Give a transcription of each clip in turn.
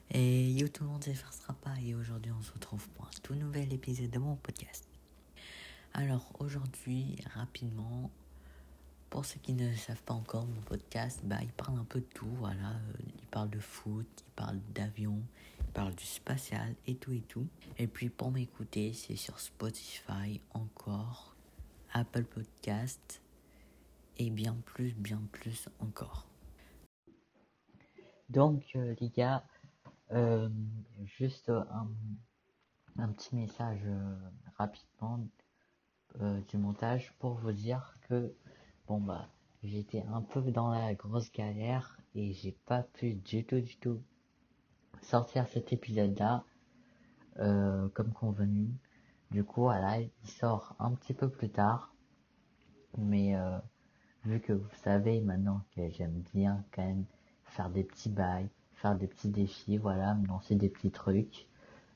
Et yo tout le monde, c'est Farstrapa et aujourd'hui on se retrouve pour un tout nouvel épisode de mon podcast. Alors aujourd'hui, rapidement, pour ceux qui ne le savent pas encore, mon podcast, il parle un peu de tout, voilà. Il parle de foot, il parle d'avion, il parle du spatial et tout et tout. Et puis pour m'écouter, c'est sur Spotify encore, Apple Podcast et bien plus encore. Donc les gars, juste un petit message rapidement du montage pour vous dire que j'étais un peu dans la grosse galère et j'ai pas pu du tout sortir cet épisode là comme convenu. Du coup voilà, il sort un petit peu plus tard, mais vu que vous savez maintenant que j'aime bien quand même faire des petits bails, faire des petits défis, voilà, me lancer des petits trucs,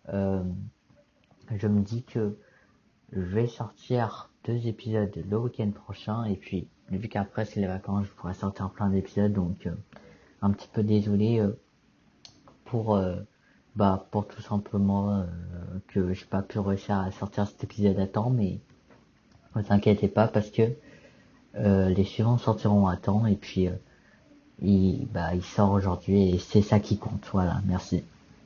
je me dis que je vais sortir 2 épisodes le week-end prochain et puis vu qu'après c'est les vacances, je pourrais sortir plein d'épisodes, donc un petit peu désolé pour pour tout simplement que j'ai pas pu réussir à sortir cet épisode à temps, mais ne vous inquiétez pas parce que les suivants sortiront à temps et puis il sort aujourd'hui et c'est ça qui compte. Voilà, merci.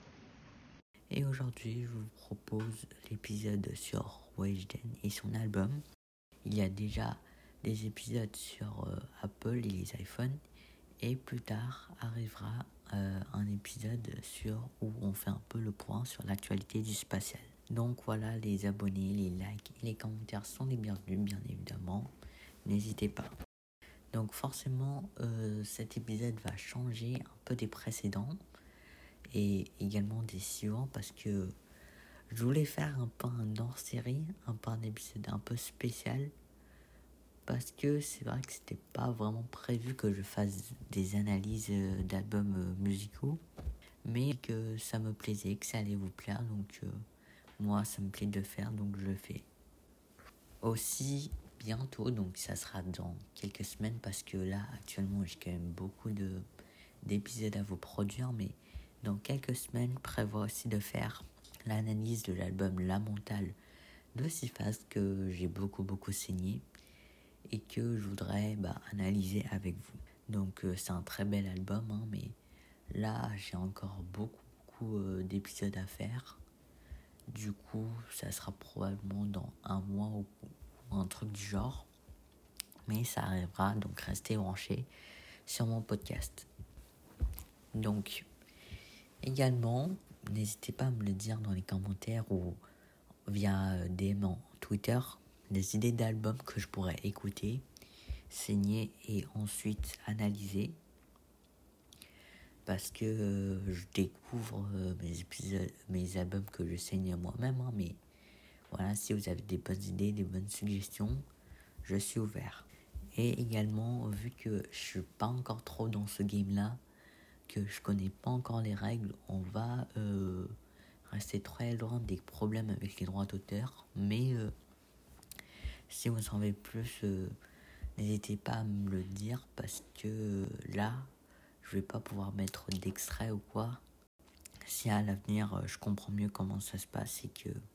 Et aujourd'hui, je vous propose l'épisode sur Weshden et son album. Il y a déjà des épisodes sur Apple et les iPhones. Et plus tard arrivera un épisode où on fait un peu le point sur l'actualité du spatial. Donc voilà, les abonnés, les likes et les commentaires sont les bienvenus, bien évidemment. N'hésitez pas. Donc forcément, cet épisode va changer un peu des précédents et également des suivants parce que je voulais faire un peu un hors-série, un peu un épisode un peu spécial parce que c'est vrai que c'était pas vraiment prévu que je fasse des analyses d'albums musicaux, mais que ça me plaisait, que ça allait vous plaire, donc moi ça me plaît de le faire, donc je le fais. Aussi bientôt, donc ça sera dans quelques semaines parce que là actuellement j'ai quand même beaucoup d'épisodes à vous produire, mais dans quelques semaines je prévois aussi de faire l'analyse de l'album La Mentale de Sifas que j'ai beaucoup saigné et que je voudrais analyser avec vous. Donc c'est un très bel album, mais là j'ai encore beaucoup d'épisodes à faire. Du coup ça sera probablement dans un mois ou un truc du genre. Mais ça arrivera, donc restez branchés sur mon podcast. Donc également, n'hésitez pas à me le dire dans les commentaires ou via DM en Twitter, des idées d'albums que je pourrais écouter, saigner et ensuite analyser. Parce que je découvre mes albums que je saigne moi-même. Mais voilà, si vous avez des bonnes idées, des bonnes suggestions, je suis ouvert. Et également, vu que je suis pas encore trop dans ce game-là, que je connais pas encore les règles, on va rester très loin des problèmes avec les droits d'auteur. Mais si vous en savez plus, n'hésitez pas à me le dire parce que là, je vais pas pouvoir mettre d'extrait ou quoi. Si à l'avenir je comprends mieux comment ça se passe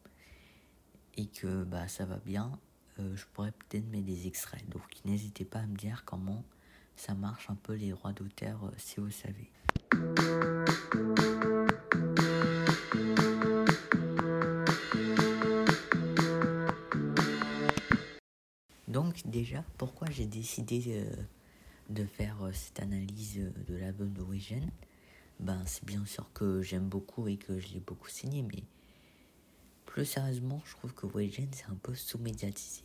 et que ça va bien, je pourrais peut-être mettre des extraits. Donc n'hésitez pas à me dire comment ça marche un peu les droits d'auteur si vous savez. Donc déjà, pourquoi j'ai décidé de faire cette analyse de l'album de Weshden ? C'est bien sûr que j'aime beaucoup et que je l'ai beaucoup signé, mais plus sérieusement, je trouve que Weshden c'est un peu sous-médiatisé.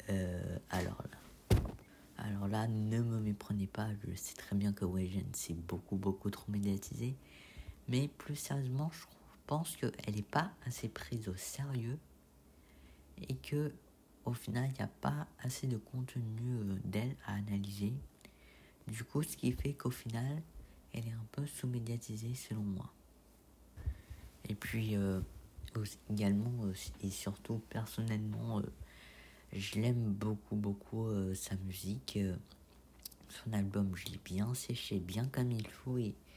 Alors là, ne me méprenez pas, je sais très bien que Weshden c'est beaucoup trop médiatisé, mais plus sérieusement, je pense qu'elle n'est pas assez prise au sérieux et que au final, il n'y a pas assez de contenu d'elle à analyser. Du coup, ce qui fait qu'au final, elle est un peu sous-médiatisée selon moi. Et puis, également, et surtout personnellement, je l'aime beaucoup sa musique. Son album, je l'ai bien séché, bien comme il faut, et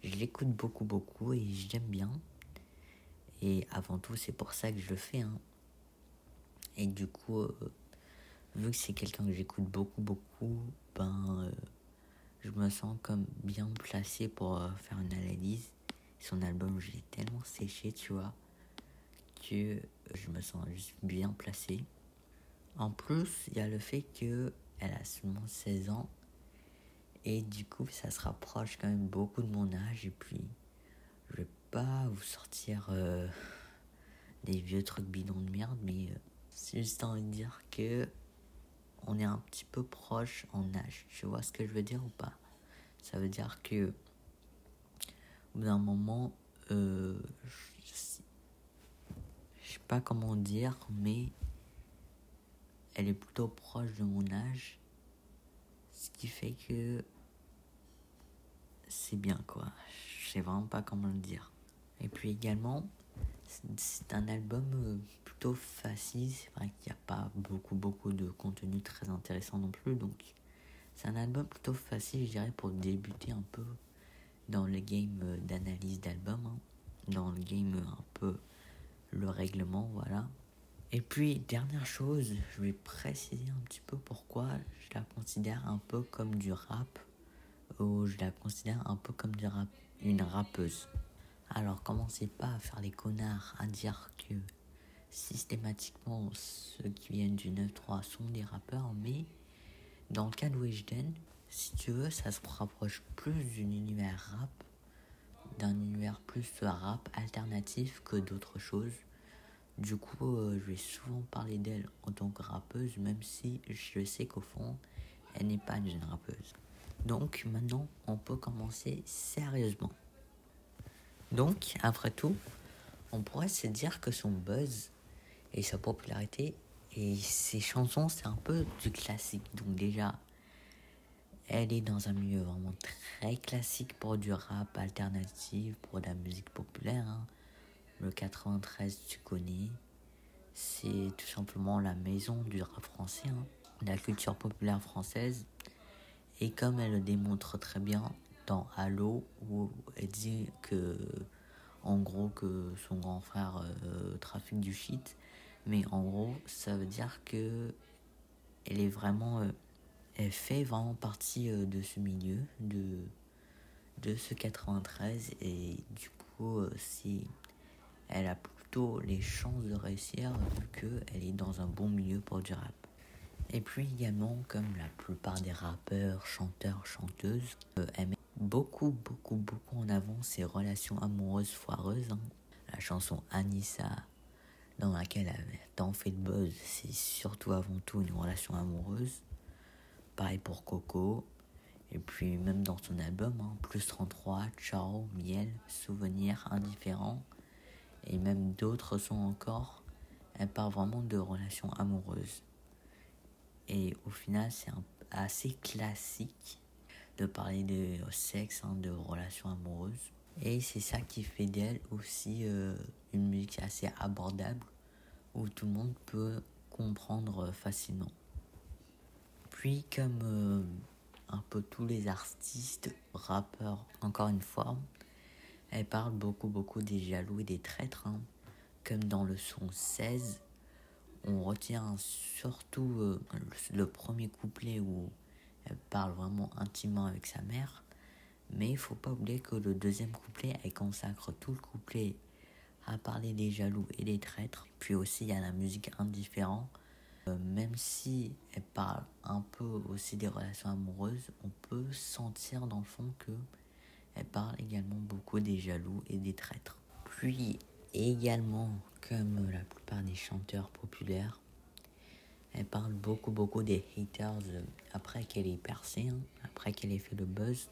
je l'écoute beaucoup et j'aime bien. Et avant tout, c'est pour ça que je le fais. Hein. Et du coup, vu que c'est quelqu'un que j'écoute beaucoup, je me sens comme bien placé pour faire une analyse. Son album, je l'ai tellement séché, tu vois, que je me sens juste bien placé. En plus, il y a le fait qu'elle a seulement 16 ans. Et du coup, ça se rapproche quand même beaucoup de mon âge. Et puis, je vais pas vous sortir des vieux trucs bidons de merde, mais c'est juste envie de dire que on est un petit peu proche en âge. Tu vois ce que je veux dire ou pas? Ça veut dire que au bout d'un moment, je sais pas comment dire, mais elle est plutôt proche de mon âge, ce qui fait que c'est bien quoi. Je sais vraiment pas comment le dire. Et puis également, c'est un album plutôt facile. C'est vrai qu'il n'y a pas beaucoup de contenu très intéressant non plus, donc c'est un album plutôt facile, je dirais, pour débuter un peu dans le game d'analyse d'album, hein. Dans le game un peu le règlement, voilà. Et puis, dernière chose, je vais préciser un petit peu pourquoi je la considère un peu comme du rap, ou je la considère un peu comme une rappeuse. Alors, commencez pas à faire les connards, à dire que systématiquement ceux qui viennent du 9-3 sont des rappeurs, mais dans le cas de Weshden, si tu veux, ça se rapproche plus d'un univers plus rap alternatif que d'autres choses. Du coup, je vais souvent parler d'elle en tant que rappeuse, même si je sais qu'au fond, elle n'est pas une jeune rappeuse. Donc maintenant, on peut commencer sérieusement. Donc, après tout, on pourrait se dire que son buzz et sa popularité et ses chansons, c'est un peu du classique. Donc déjà, elle est dans un milieu vraiment très classique pour du rap alternatif, pour de la musique populaire. Hein. Le 93, tu connais. C'est tout simplement la maison du rap français, hein, de la culture populaire française. Et comme elle le démontre très bien dans Halo, où elle dit que, en gros, que son grand frère trafique du shit. Mais en gros, ça veut dire que elle est vraiment, elle fait vraiment partie de ce milieu, de ce 93. Et du coup, si elle a plutôt les chances de réussir vu qu'elle est dans un bon milieu pour du rap. Et puis également, comme la plupart des rappeurs, chanteurs, chanteuses, elle met beaucoup en avant ses relations amoureuses foireuses. Hein. La chanson Anissa, dans laquelle elle avait tant fait de buzz, c'est surtout avant tout une relation amoureuse. Pareil pour Coco. Et puis même dans son album, hein, Plus 33, Ciao, Miel, Souvenir, Indifférent, et même d'autres sons encore, elle parle vraiment de relations amoureuses. Et au final, c'est assez classique de parler de sexe, hein, de relations amoureuses. Et c'est ça qui fait d'elle aussi une musique assez abordable, où tout le monde peut comprendre facilement. Puis comme un peu tous les artistes, rappeurs, encore une fois, elle parle beaucoup des jaloux et des traîtres, hein. Comme dans le son 16, on retient surtout le premier couplet où elle parle vraiment intimement avec sa mère. Mais il faut pas oublier que le deuxième couplet, elle consacre tout le couplet à parler des jaloux et des traîtres. Puis aussi, il y a la musique Indifférent. Même si elle parle un peu aussi des relations amoureuses, on peut sentir dans le fond que elle parle également beaucoup des jaloux et des traîtres. Puis également, comme la plupart des chanteurs populaires, elle parle beaucoup des haters après qu'elle ait percé, hein, après qu'elle ait fait le buzz.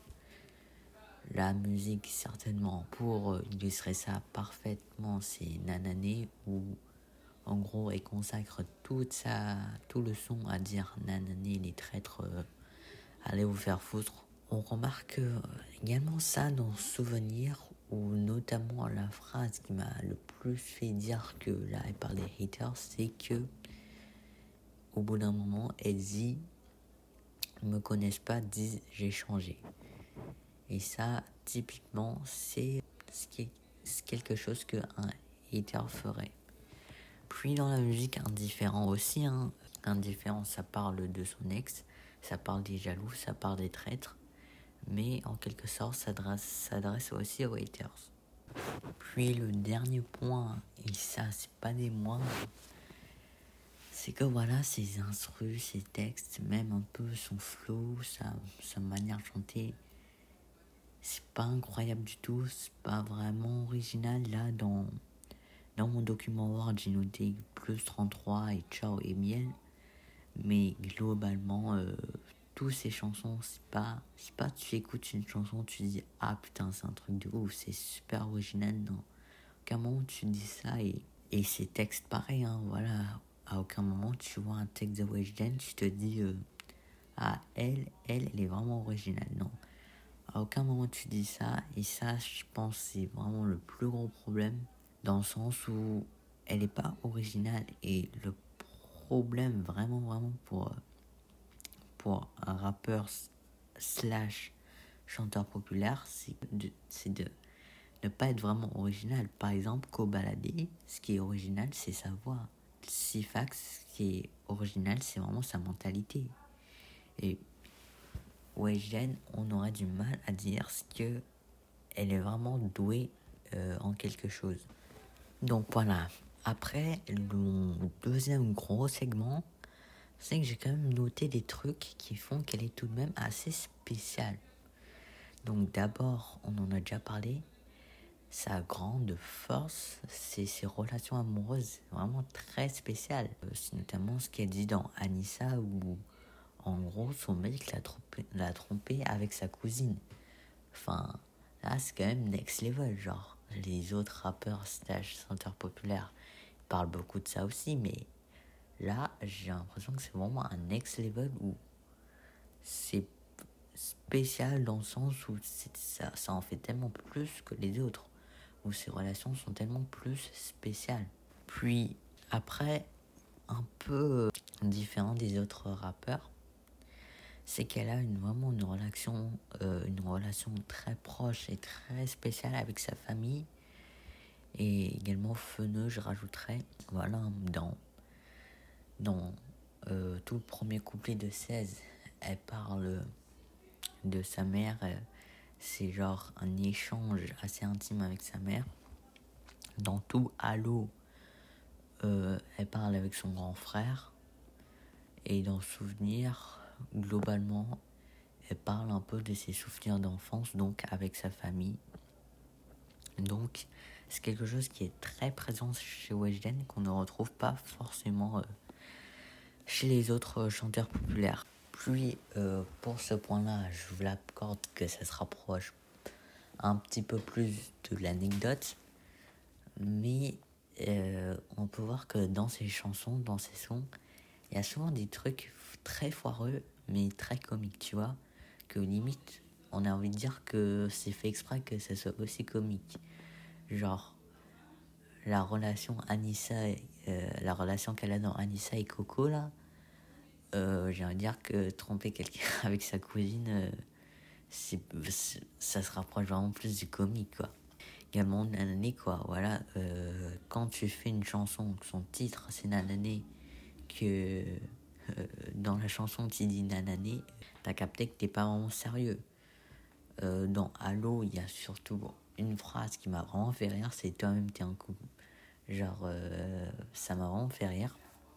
La musique, certainement, pour illustrer ça parfaitement, c'est Nanané, où en gros elle consacre tout le son à dire Nanané, les traîtres, allez vous faire foutre. On remarque également ça dans Souvenir, où notamment la phrase qui m'a le plus fait dire que là elle parle des haters, c'est que au bout d'un moment elle dit, ils me connaissent pas, disent j'ai changé. Et ça, typiquement, c'est quelque chose qu'un hater ferait. Puis dans la musique, Indifférent aussi, hein. Indifférent, ça parle de son ex, ça parle des jaloux, ça parle des traîtres, mais en quelque sorte, s'adresse aussi aux haters. Puis le dernier point, et ça, c'est pas des moindres, c'est que voilà, ses instrus, ses textes, même un peu son flow, sa manière de chanter, c'est pas incroyable du tout, c'est pas vraiment original. Là, dans mon document Word, j'ai noté plus 33 et ciao et miel. Mais globalement, toutes ces chansons, c'est pas tu écoutes une chanson, tu dis ah putain, c'est un truc de ouf, c'est super original. Non, à aucun moment tu dis ça et ces textes pareils, hein, voilà. À aucun moment tu vois un texte de Weshden, tu te dis ah elle est vraiment originale. Non, à aucun moment tu dis ça et ça, je pense, c'est vraiment le plus gros problème dans le sens où elle est pas originale et le problème vraiment pour un rappeur slash chanteur populaire, c'est de ne pas être vraiment original. Par exemple, Kobalade, ce qui est original, c'est sa voix. Sifax, ce qui est original, c'est vraiment sa mentalité. Et Weshden, on aurait du mal à dire ce que elle est vraiment douée en quelque chose. Donc voilà. Après, le deuxième gros segment, c'est que j'ai quand même noté des trucs qui font qu'elle est tout de même assez spéciale. Donc d'abord, on en a déjà parlé, sa grande force, c'est ses relations amoureuses vraiment très spéciales. C'est notamment ce qu'elle dit dans Anissa où en gros son mec l'a trompé avec sa cousine. Enfin, là c'est quand même next level, genre. Les autres rappeurs slash chanteurs populaires parlent beaucoup de ça aussi, mais là j'ai l'impression que c'est vraiment un next level où c'est spécial dans le sens où ça en fait tellement plus que les autres, où ces relations sont tellement plus spéciales. Puis après, un peu différent des autres rappeurs, c'est qu'elle a vraiment une relation très proche et très spéciale avec sa famille et également feneux, je rajouterais. Voilà, dans tout le premier couplet de 16, elle parle de sa mère, c'est genre un échange assez intime avec sa mère. Dans tout Halo, elle parle avec son grand frère. Et dans Souvenir, globalement, elle parle un peu de ses souvenirs d'enfance, donc avec sa famille. Donc, c'est quelque chose qui est très présent chez Weshden, qu'on ne retrouve pas forcément chez les autres chanteurs populaires. Puis, pour ce point-là, je vous l'accorde que ça se rapproche un petit peu plus de l'anecdote, mais on peut voir que dans ses chansons, dans ses sons, il y a souvent des trucs très foireux, mais très comiques, tu vois, que limite, on a envie de dire que c'est fait exprès que ça soit aussi comique. Genre, la relation la relation qu'elle a dans Anissa et Coco, là, j'ai envie de dire que tromper quelqu'un avec sa cousine, ça se rapproche vraiment plus du comique, quoi. Également Nanané, quoi, voilà, quand tu fais une chanson, son titre c'est Nanané, que dans la chanson tu dis Nanané, t'as capté que t'es pas vraiment sérieux. Dans Halo, il y a surtout une phrase qui m'a vraiment fait rire, c'est toi-même t'es un coup. Genre, ça m'a vraiment fait rire.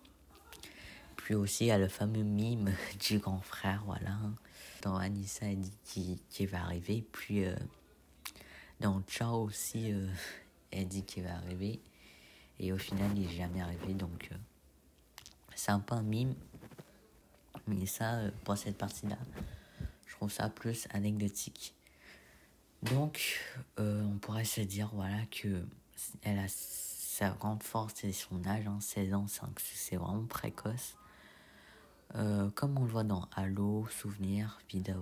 Puis aussi, il y a le fameux mime du grand frère, voilà. Dans Anissa, elle dit qu'il va arriver. Puis dans Ciao aussi, elle dit qu'il va arriver. Et au final, il n'est jamais arrivé. Donc, c'est un peu un mime. Mais ça, pour cette partie-là, je trouve ça plus anecdotique. Donc, on pourrait se dire, voilà, que elle a sa grande force, c'est son âge, hein, 16 ans, c'est vraiment précoce. Comme on le voit dans Halo, Souvenir, Vida,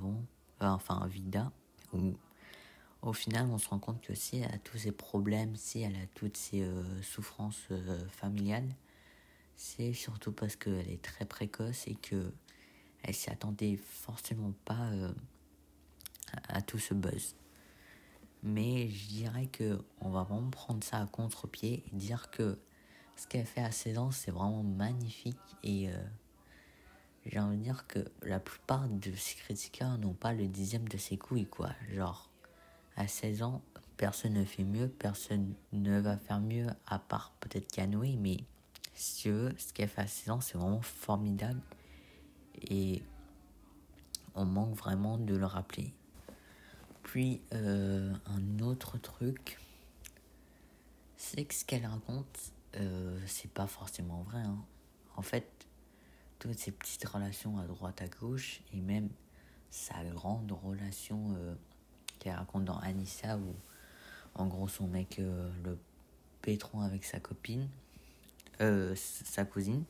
où au final on se rend compte que si elle a tous ses problèmes, si elle a toutes ses souffrances familiales, c'est surtout parce qu'elle est très précoce et que elle s'y attendait forcément pas à tout ce buzz. Mais je dirais que on va vraiment prendre ça à contre-pied et dire que ce qu'elle fait à 16 ans, c'est vraiment magnifique. Et j'ai envie de dire que la plupart de ces critiqueurs n'ont pas le 10e de ses couilles, quoi. Genre, à 16 ans, personne ne fait mieux, personne ne va faire mieux, à part peut-être Canoë. Mais si tu veux, ce qu'elle fait à 16 ans, c'est vraiment formidable. Et on manque vraiment de le rappeler. Puis, un autre truc, c'est que ce qu'elle raconte, c'est pas forcément vrai. Hein. En fait, toutes ces petites relations à droite à gauche, et même sa grande relation qu'elle raconte dans Anissa, où en gros son mec, le pétron avec sa copine, sa cousine,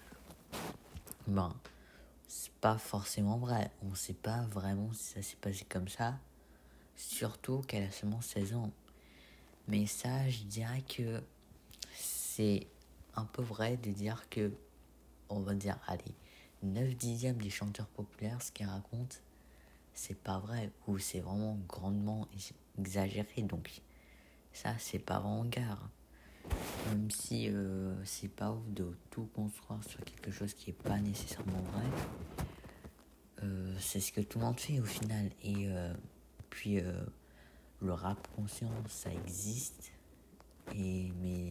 ben, c'est pas forcément vrai. On sait pas vraiment si ça s'est passé comme ça, surtout qu'elle a seulement 16 ans. Mais ça, je dirais que c'est un peu vrai de dire que, on va dire, allez, 9/10 des chanteurs populaires, ce qu'ils racontent, c'est pas vrai, ou c'est vraiment grandement exagéré. Donc, ça, c'est pas vraiment gare. Même si c'est pas ouf de tout construire sur quelque chose qui est pas nécessairement vrai, c'est ce que tout le monde fait au final. Et puis, le rap conscient, ça existe. Mais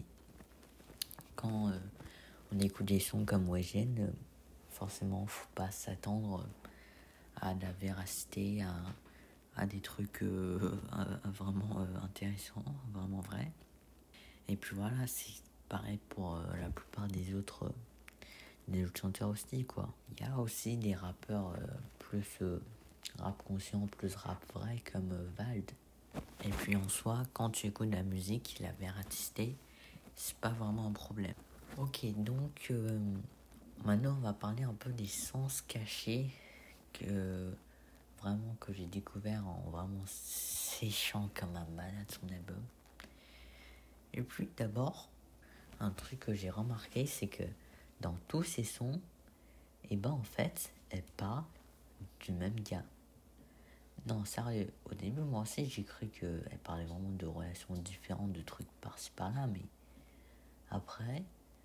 quand on écoute des sons comme Wegen, forcément, faut pas s'attendre à de la véracité, à des trucs vraiment intéressants, vraiment vrais. Et puis voilà, c'est pareil pour la plupart des autres chanteurs aussi, quoi. Il y a aussi des rappeurs plus rap conscient, plus rap vrai, comme Vald. Et puis en soi, quand tu écoutes de la musique, la véracité, c'est pas vraiment un problème. Ok, donc maintenant on va parler un peu des sens cachés que j'ai découvert en vraiment séchant comme un malade son album. Et puis d'abord, un truc que j'ai remarqué, c'est que dans tous ces sons, et ben en fait, elle parle du même gars. Non, sérieux, au début, moi aussi, j'ai cru qu'elle parlait vraiment de relations différentes, de trucs par-ci par-là, mais après,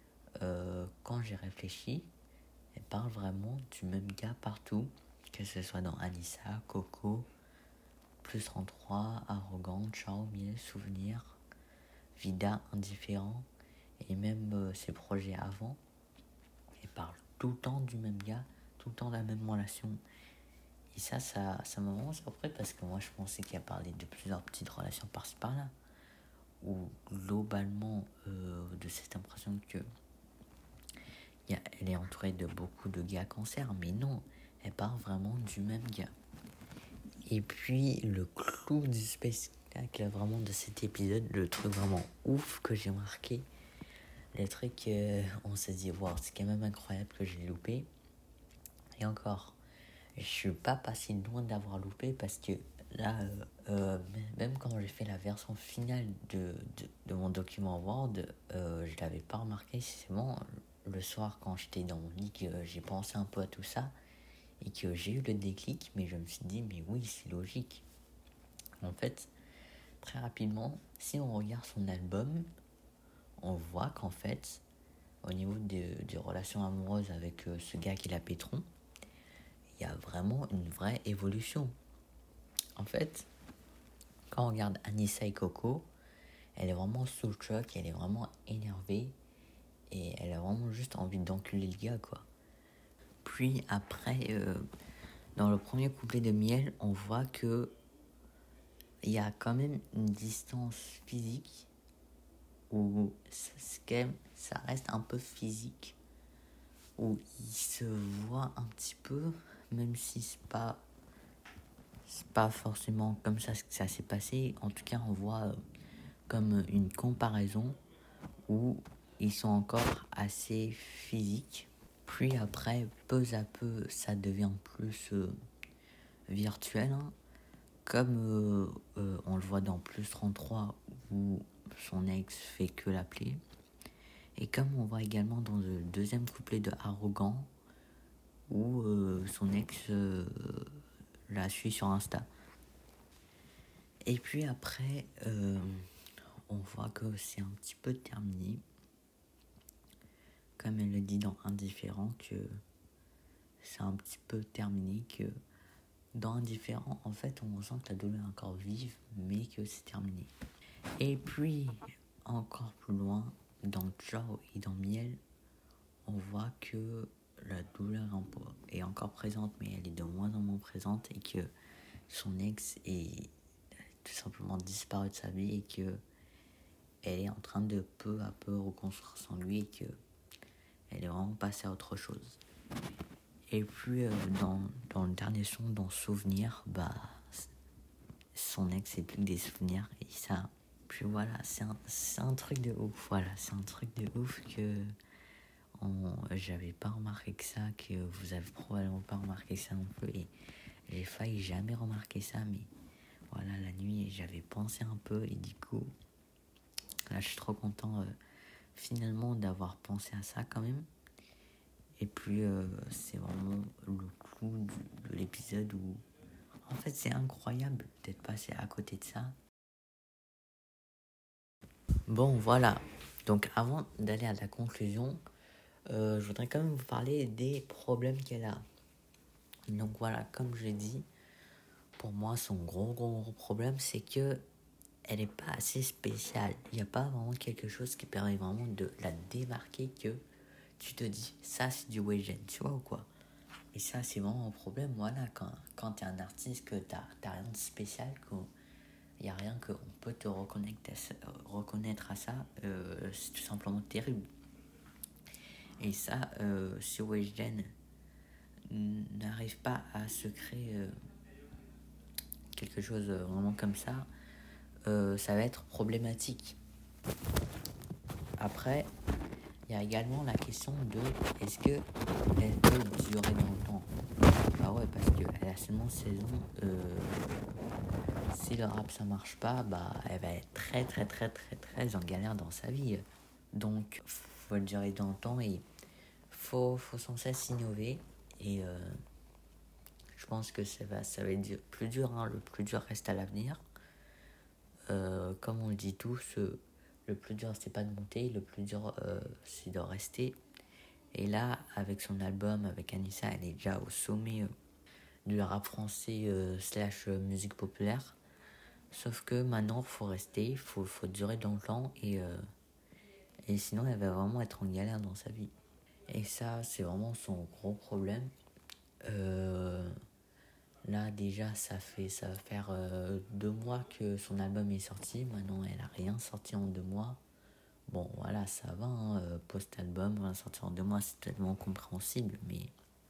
quand j'ai réfléchi, elle parle vraiment du même gars partout, que ce soit dans Anissa, Coco, Plus 33, Arrogante, Ciao, Miel, Souvenir, Vida, Indifférent, et même ses projets avant. Elle parle tout le temps du même gars, tout le temps de la même relation. Et ça m'a vraiment surpris parce que moi je pensais qu'il a parlé de plusieurs petites relations par-ci par-là. Ou globalement de cette impression que elle est entourée de beaucoup de gars cancer, mais non, elle parle vraiment du même gars. Et puis le clou du spectacle vraiment de cet épisode, le truc vraiment ouf que j'ai marqué, le truc on s'est dit wow, c'est quand même incroyable que j'ai loupé. Et encore, je suis pas passé loin d'avoir loupé parce que là, même quand j'ai fait la version finale de mon document Word, je l'avais pas remarqué. C'est bon, le soir quand j'étais dans mon lit, que j'ai pensé un peu à tout ça et que j'ai eu le déclic, mais je me suis dit, mais oui, c'est logique. En fait, très rapidement, si on regarde son album, on voit qu'en fait, au niveau des relations amoureuses avec ce gars qui l'a pétron, il y a vraiment une vraie évolution. En fait, quand on regarde Anissa et Coco, elle est vraiment sous le choc, elle est vraiment énervée et elle a vraiment juste envie d'enculer le gars, quoi. Puis après, dans le premier couplet de Miel, on voit que il y a quand même une distance physique où ça reste un peu physique, où il se voit un petit peu, même si c'est pas forcément comme ça que ça s'est passé. En tout cas, on voit comme une comparaison où ils sont encore assez physiques. Puis après, peu à peu, ça devient plus virtuel, hein. Comme on le voit dans Plus 33 où son ex fait que l'appeler. Et comme on voit également dans le deuxième couplet de Arrogant où son ex la suit sur Insta. Et puis après, on voit que c'est un petit peu terminé. Comme elle le dit dans Indifférent, que c'est un petit peu terminé, que dans Indifférent, en fait, on sent que la douleur est encore vive, mais que c'est terminé. Et puis, encore plus loin, dans Ciao et dans Miel, on voit que la douleur est encore présente, mais elle est de moins en moins présente, et que son ex est tout simplement disparu de sa vie, et que elle est en train de peu à peu reconstruire sans lui, et que elle est vraiment passée à autre chose. Et puis dans le dernier son, dans Souvenir, son ex c'est plus que des souvenirs, et ça, puis voilà, c'est un truc de ouf, voilà, c'est un truc de ouf que j'avais pas remarqué que ça, que vous avez probablement pas remarqué ça non plus, et j'ai failli jamais remarquer ça, mais voilà, la nuit j'avais pensé un peu, et du coup là je suis trop content finalement d'avoir pensé à ça quand même. Et puis c'est vraiment le clou de l'épisode où en fait c'est incroyable d'être passé à côté de ça. Bon voilà, donc avant d'aller à la conclusion, je voudrais quand même vous parler des problèmes qu'elle a. Donc voilà, comme je l'ai dit, pour moi son gros problème c'est que elle n'est pas assez spéciale. Il n'y a pas vraiment quelque chose qui permet vraiment de la démarquer, que tu te dis ça c'est du Weijen, tu vois ou quoi. Et ça c'est vraiment un problème, voilà, quand t'es un artiste, que t'as rien de spécial, qu'il n'y a rien qu'on peut te reconnaître à ça, c'est tout simplement terrible. Et ça, si Weshden n'arrive pas à se créer quelque chose vraiment comme ça va être problématique. Après, il y a également la question de est-ce que elle peut durer dans le temps. Bah ouais, parce qu'elle a seulement 16 ans. Si le rap ça marche pas, elle va être très en galère dans sa vie. Donc faut le durer dans le temps, et faut sans cesse innover. Et je pense que ça va être plus dur, hein. Le plus dur reste à l'avenir. Comme on le dit tous, le plus dur c'est pas de monter, le plus dur c'est de rester. Et là, avec son album, avec Anissa, elle est déjà au sommet du rap français / musique populaire. Sauf que maintenant, faut rester, faut durer dans le temps, et sinon, elle va vraiment être en galère dans sa vie. Et ça, c'est vraiment son gros problème. Là, déjà, ça va faire 2 mois que son album est sorti. Maintenant, elle a rien sorti en 2 mois. Bon, voilà, ça va, hein, post-album, rien sorti en 2 mois, c'est tellement compréhensible, mais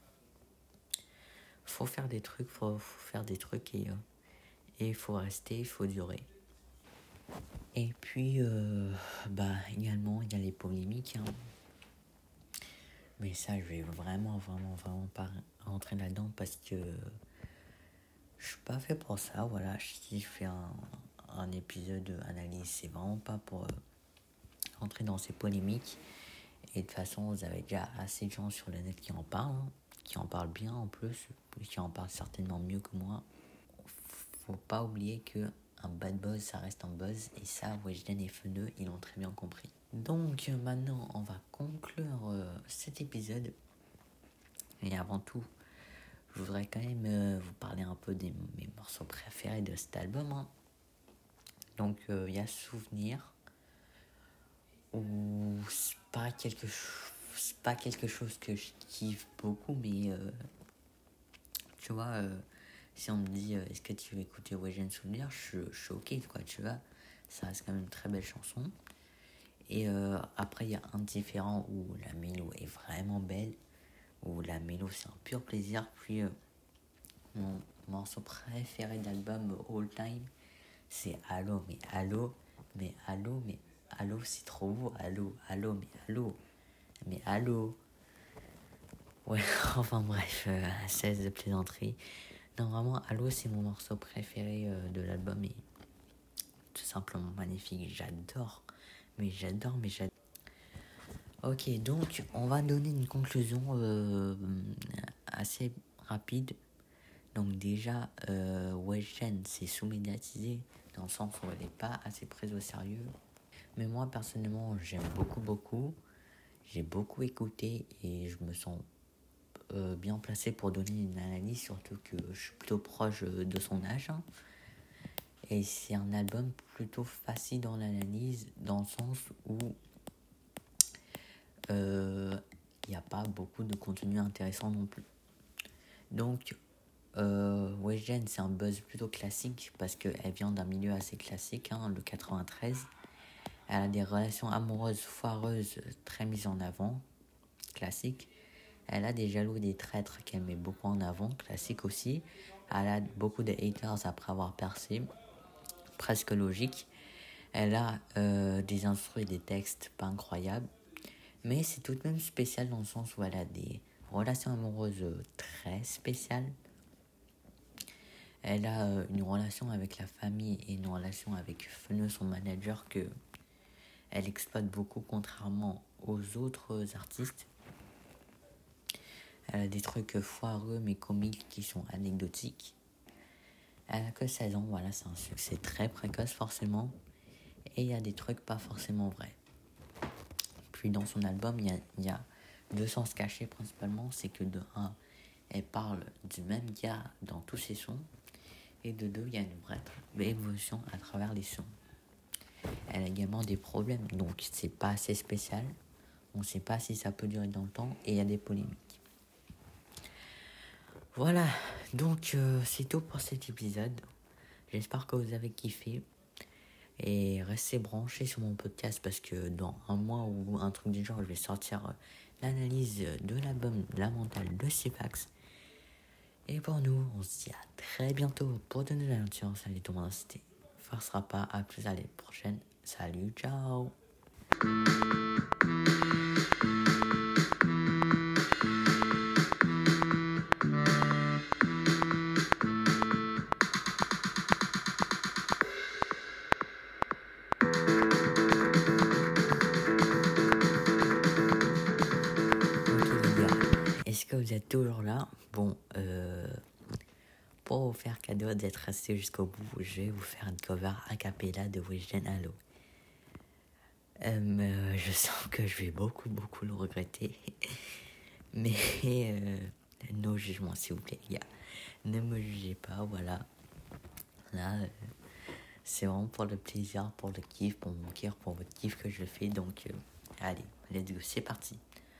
faut faire des trucs, faut faire des trucs, et il faut rester, il faut durer. Et puis, également, il y a les polémiques, hein. Mais ça, je vais vraiment pas rentrer là-dedans, parce que je suis pas fait pour ça. Voilà, si je fais un épisode analyse, c'est vraiment pas pour rentrer dans ces polémiques. Et de toute façon, vous avez déjà assez de gens sur le net qui en parlent, hein, qui en parlent bien en plus, qui en parlent certainement mieux que moi. Faut pas oublier que un bad buzz, ça reste un buzz, et ça, Weshden et Feneux, ils l'ont très bien compris. Donc maintenant, on va conclure cet épisode. Et avant tout, je voudrais quand même vous parler un peu de mes morceaux préférés de cet album, hein. Donc il y a Souvenir, où c'est pas quelque chose que je kiffe beaucoup, mais tu vois, si on me dit est-ce que tu veux écouter Weshden Souvenir, je suis ok, quoi, tu vois. Ça reste quand même une très belle chanson. Et après, il y a Indifférent, où la mélo est vraiment belle, où la mélo c'est un pur plaisir. Puis mon morceau préféré d'album all time, c'est Allô, mais allô, mais allô, mais allô, c'est trop beau, allô, mais allô, mais allô. Ouais, enfin bref, 16 de plaisanterie. Non, vraiment, Allô, c'est mon morceau préféré de l'album, et tout simplement magnifique. J'adore. Ok, donc on va donner une conclusion assez rapide. Donc déjà, Weshden, c'est sous-médiatisé. dans le sens où elle n'est pas assez prise au sérieux. Mais moi, personnellement, j'aime beaucoup. J'ai beaucoup écouté et je me sens bien placé pour donner une analyse, surtout que je suis plutôt proche de son âge. Hein. Et c'est un album plutôt facile dans l'analyse, dans le sens où il n'y a pas beaucoup de contenu intéressant non plus. Donc, Weshden, c'est un buzz plutôt classique parce qu'elle vient d'un milieu assez classique, hein, le 93. Elle a des relations amoureuses foireuses très mises en avant, classique. Elle a des jaloux et des traîtres qu'elle met beaucoup en avant, classique aussi. Elle a beaucoup de haters après avoir percé, presque logique. Elle a des instruments et des textes pas incroyables. Mais c'est tout de même spécial dans le sens où elle a des relations amoureuses très spéciales. Elle a une relation avec la famille et une relation avec Feneux, son manager, que elle exploite beaucoup contrairement aux autres artistes. Elle a des trucs foireux mais comiques qui sont anecdotiques. Elle a que 16 ans, voilà, c'est un succès très précoce forcément. Et il y a des trucs pas forcément vrais. Puis dans son album, il y a deux sens cachés principalement. C'est que de un, elle parle du même gars dans tous ses sons. Et de deux, il y a une vraie évolution à travers les sons. Elle a également des problèmes, donc c'est pas assez spécial. On ne sait pas si ça peut durer dans le temps et il y a des polémiques. Voilà, donc c'est tout pour cet épisode. J'espère que vous avez kiffé. Et restez branchés sur mon podcast parce que dans un mois ou un truc du genre, je vais sortir l'analyse de l'album La Mentale de Sifax. Et pour nous, on se dit à très bientôt pour de nouvelles aventures. Salut tout le monde, c'était Force Rapa. À plus à l'année prochaine. Salut, ciao. Est-ce que vous êtes toujours là? Bon, pour vous faire cadeau d'être resté jusqu'au bout, je vais vous faire une cover a cappella de Weshden Halo. Je sens que je vais beaucoup le regretter. Mais no jugement s'il vous plaît les gars. Ne me jugez pas, voilà. Là, c'est vraiment pour le plaisir, pour le kiff, pour mon cœur, pour votre kiff que je fais. Donc, allez, let's go, c'est parti.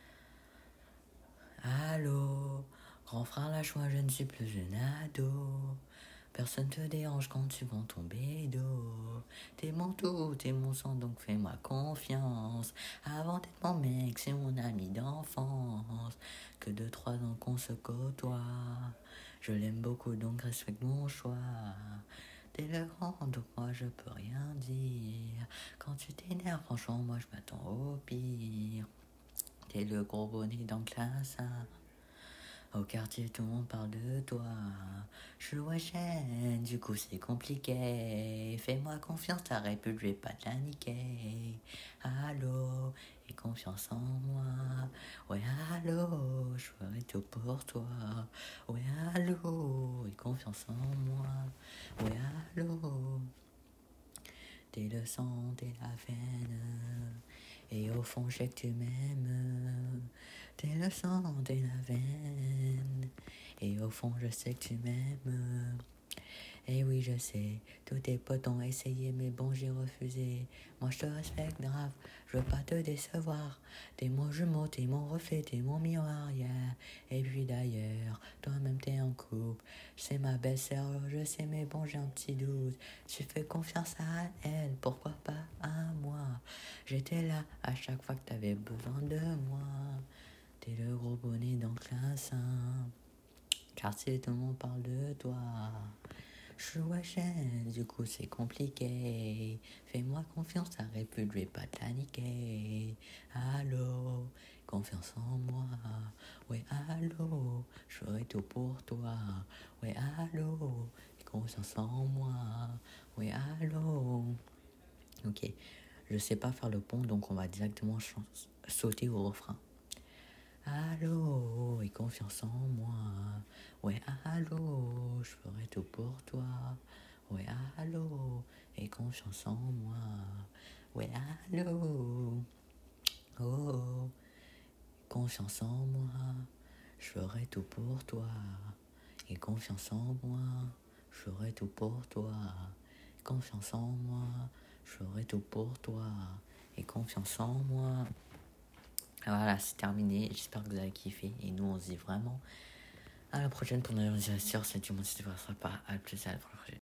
Allô, grand frère la joie, je ne suis plus un ado. Personne te dérange quand tu vas tomber d'eau. T'es mon tout, t'es mon sang, donc fais-moi confiance. Avant d'être mon mec, c'est mon ami d'enfance. Que 2-3 ans qu'on se côtoie. Je l'aime beaucoup, donc respecte mon choix. T'es le grand, donc moi je peux rien dire. Quand tu t'énerves, franchement, moi je m'attends au pire. T'es le gros bonnet dans classe. Au quartier, tout le monde parle de toi. Je suis Weshden, du coup c'est compliqué. Fais-moi confiance, t'arrêtes plus, je vais pas te la niquer. Allô, et confiance en moi. Ouais, allô, je ferai tout pour toi. Ouais, allô, et confiance en moi. Ouais, allô. T'es le sang, t'es la veine. Et au fond, je sais que tu m'aimes. T'es le sang, t'es la veine. Et au fond, je sais que tu m'aimes. Et oui, je sais, tous tes potes ont essayé, mais bon, j'ai refusé. Moi, je te respecte grave, je veux pas te décevoir. T'es mon jumeau, t'es mon reflet, t'es mon miroir, yeah. Et puis d'ailleurs, toi-même t'es en couple. C'est ma belle-sœur, je sais, mais bon, j'ai un petit doute. Tu fais confiance à elle, pourquoi pas à moi? J'étais là à chaque fois que t'avais besoin de moi. T'es le gros bonnet dans classe 1. Car si tout le monde parle de toi. Je suis Weshden, du coup c'est compliqué. Fais-moi confiance, t'arrêtes plus, je vais pas te la niquer. Allô, confiance en moi. Ouais, allô, je ferai tout pour toi. Ouais, allô, confiance en moi. Ouais, allô. Ok, je sais pas faire le pont, donc on va directement sauter au refrain. Allô, et confiance en moi. Ouais, allô, je ferai tout pour toi. Ouais, allô, et confiance en moi. Ouais, allô, oh, confiance en moi. Je ferai tout pour toi. Et confiance en moi. Je ferai tout pour toi. Confiance en moi. Je ferai tout pour toi. Et confiance en moi. Voilà, c'est terminé. J'espère que vous avez kiffé. Et nous, on se dit vraiment à la prochaine pour une nouvelle sur. C'est du monde si tu ne passeras pas. À plus à la prochaine.